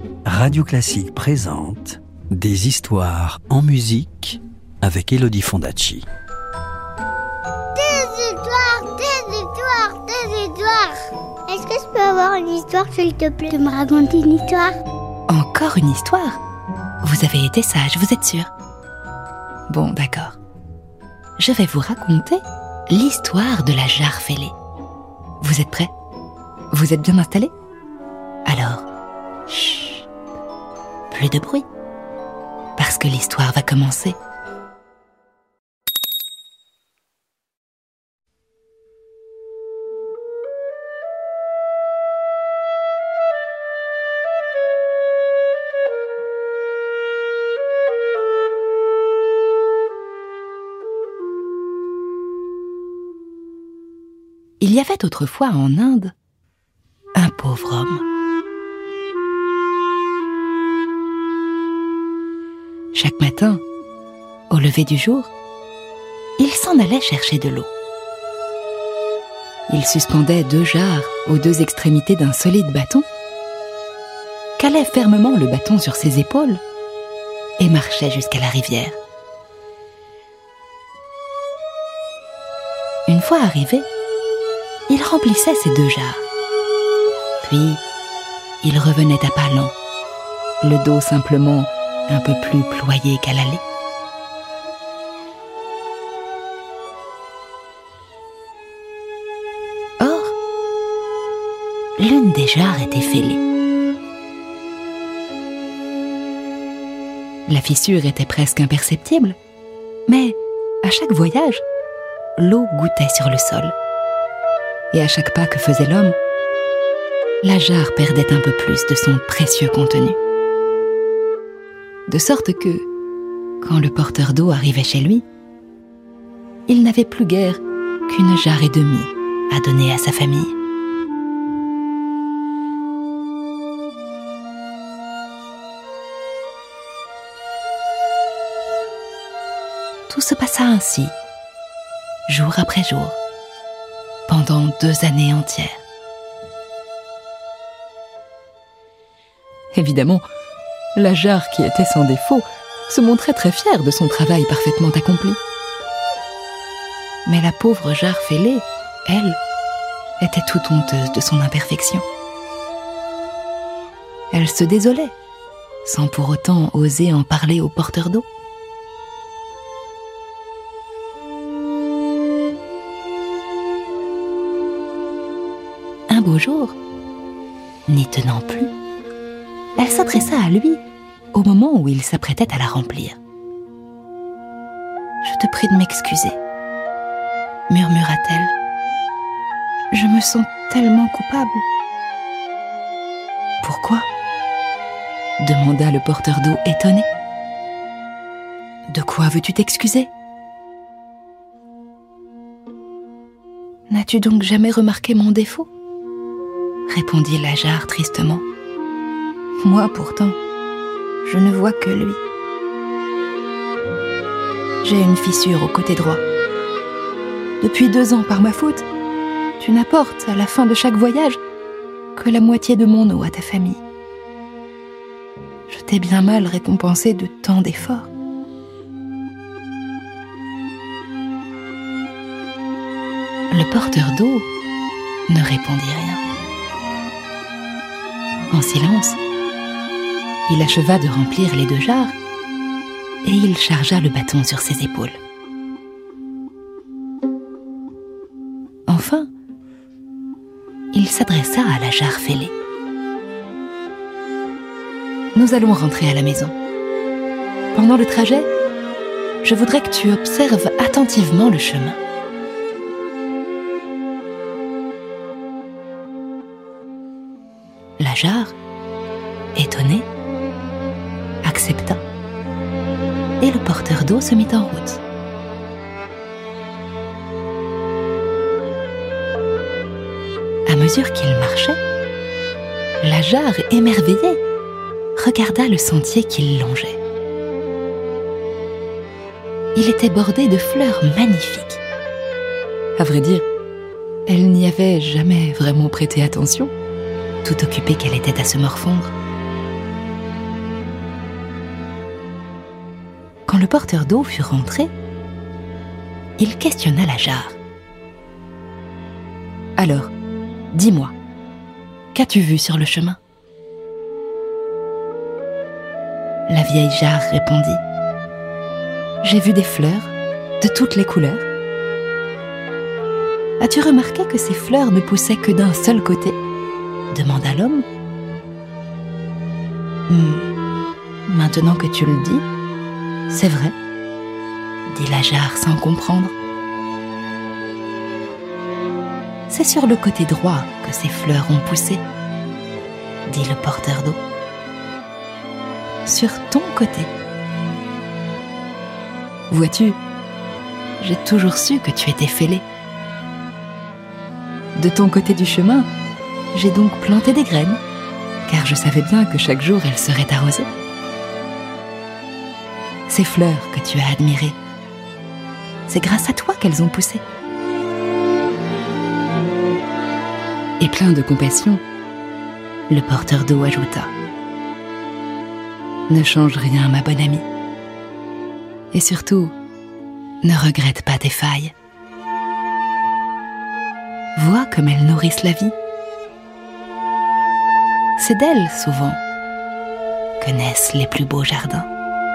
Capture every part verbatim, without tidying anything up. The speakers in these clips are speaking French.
Radio Classique présente Des histoires en musique avec Elodie Fondacci. Des histoires, des histoires, des histoires. Est-ce que je peux avoir une histoire, s'il te plaît, de me raconter une histoire? Encore une histoire? Vous avez été sage, vous êtes sûr? Bon, d'accord. Je vais vous raconter l'histoire de la jarre fêlée. Vous êtes prêts? Vous êtes bien installés? Alors, chut, plus de bruit, parce que l'histoire va commencer. Il y avait autrefois en Inde un pauvre homme. Chaque matin, au lever du jour, il s'en allait chercher de l'eau. Il suspendait deux jarres aux deux extrémités d'un solide bâton, calait fermement le bâton sur ses épaules et marchait jusqu'à la rivière. Une fois arrivé, il remplissait ses deux jarres. Puis, il revenait à pas lents, le dos simplement un peu plus ployé qu'à l'aller. Or, l'une des jarres était fêlée. La fissure était presque imperceptible, mais à chaque voyage, l'eau goûtait sur le sol. Et à chaque pas que faisait l'homme, la jarre perdait un peu plus de son précieux contenu. De sorte que, quand le porteur d'eau arrivait chez lui, il n'avait plus guère qu'une jarre et demie à donner à sa famille. Tout se passa ainsi, jour après jour, pendant deux années entières. Évidemment, la jarre qui était sans défaut se montrait très fière de son travail parfaitement accompli. Mais la pauvre jarre fêlée, elle, était toute honteuse de son imperfection. Elle se désolait, sans pour autant oser en parler au porteur d'eau. Un beau jour, n'y tenant plus, elle s'adressa à lui au moment où il s'apprêtait à la remplir. « Je te prie de m'excuser, » murmura-t-elle. « Je me sens tellement coupable. »« Pourquoi ?» demanda le porteur d'eau étonné. « De quoi veux-tu t'excuser ? N'as-tu donc jamais remarqué mon défaut ? » répondit la jarre tristement. « Moi, pourtant, je ne vois que lui. J'ai une fissure au côté droit. Depuis deux ans, par ma faute, tu n'apportes, à la fin de chaque voyage, que la moitié de mon eau à ta famille. Je t'ai bien mal récompensé de tant d'efforts. » Le porteur d'eau ne répondit rien. En silence, il acheva de remplir les deux jarres et il chargea le bâton sur ses épaules. Enfin, il s'adressa à la jarre fêlée. « Nous allons rentrer à la maison. Pendant le trajet, je voudrais que tu observes attentivement le chemin. » La jarre, étonnée, accepta, et le porteur d'eau se mit en route. À mesure qu'il marchait, la jarre, émerveillée, regarda le sentier qu'il longeait. Il était bordé de fleurs magnifiques. À vrai dire, elle n'y avait jamais vraiment prêté attention, tout occupée qu'elle était à se morfondre. Quand le porteur d'eau fut rentré, il questionna la jarre. « Alors, dis-moi, qu'as-tu vu sur le chemin ?» La vieille jarre répondit : « J'ai vu des fleurs de toutes les couleurs. » « As-tu remarqué que ces fleurs ne poussaient que d'un seul côté ?» demanda l'homme. Hmm, « Maintenant que tu le dis, c'est vrai, » dit la jarre sans comprendre. « C'est sur le côté droit que ces fleurs ont poussé, » dit le porteur d'eau. « Sur ton côté. Vois-tu, j'ai toujours su que tu étais fêlé. De ton côté du chemin, j'ai donc planté des graines, car je savais bien que chaque jour elles seraient arrosées. Ces fleurs que tu as admirées, c'est grâce à toi qu'elles ont poussé. » Et plein de compassion, le porteur d'eau ajouta : « Ne change rien, ma bonne amie. Et surtout, ne regrette pas tes failles. Vois comme elles nourrissent la vie. C'est d'elles, souvent, que naissent les plus beaux jardins. »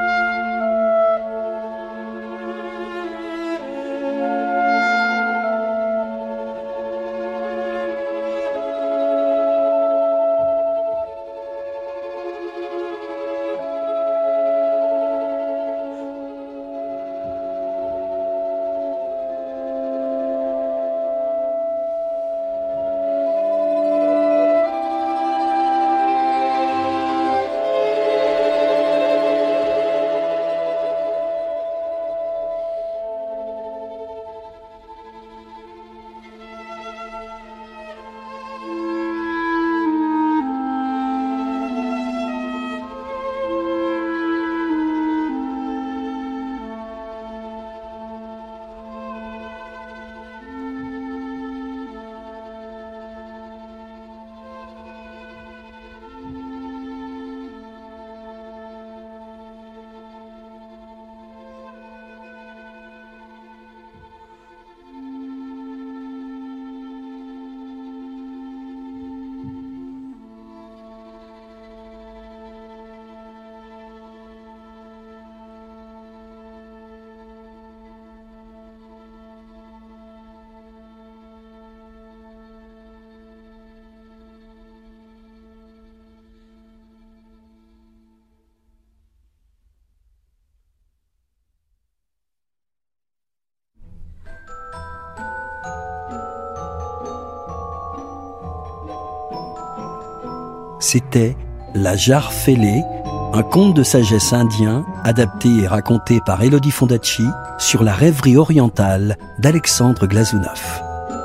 C'était La jarre fêlée, un conte de sagesse indien adapté et raconté par Elodie Fondacci sur la rêverie orientale d'Alexandre Glazunov.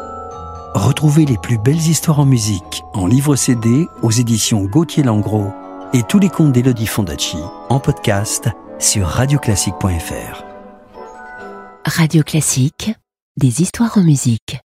Retrouvez les plus belles histoires en musique en livre C D aux éditions Gauthier-Langros et tous les contes d'Elodie Fondacci en podcast sur radio classique point f r. Radio Classique, des histoires en musique.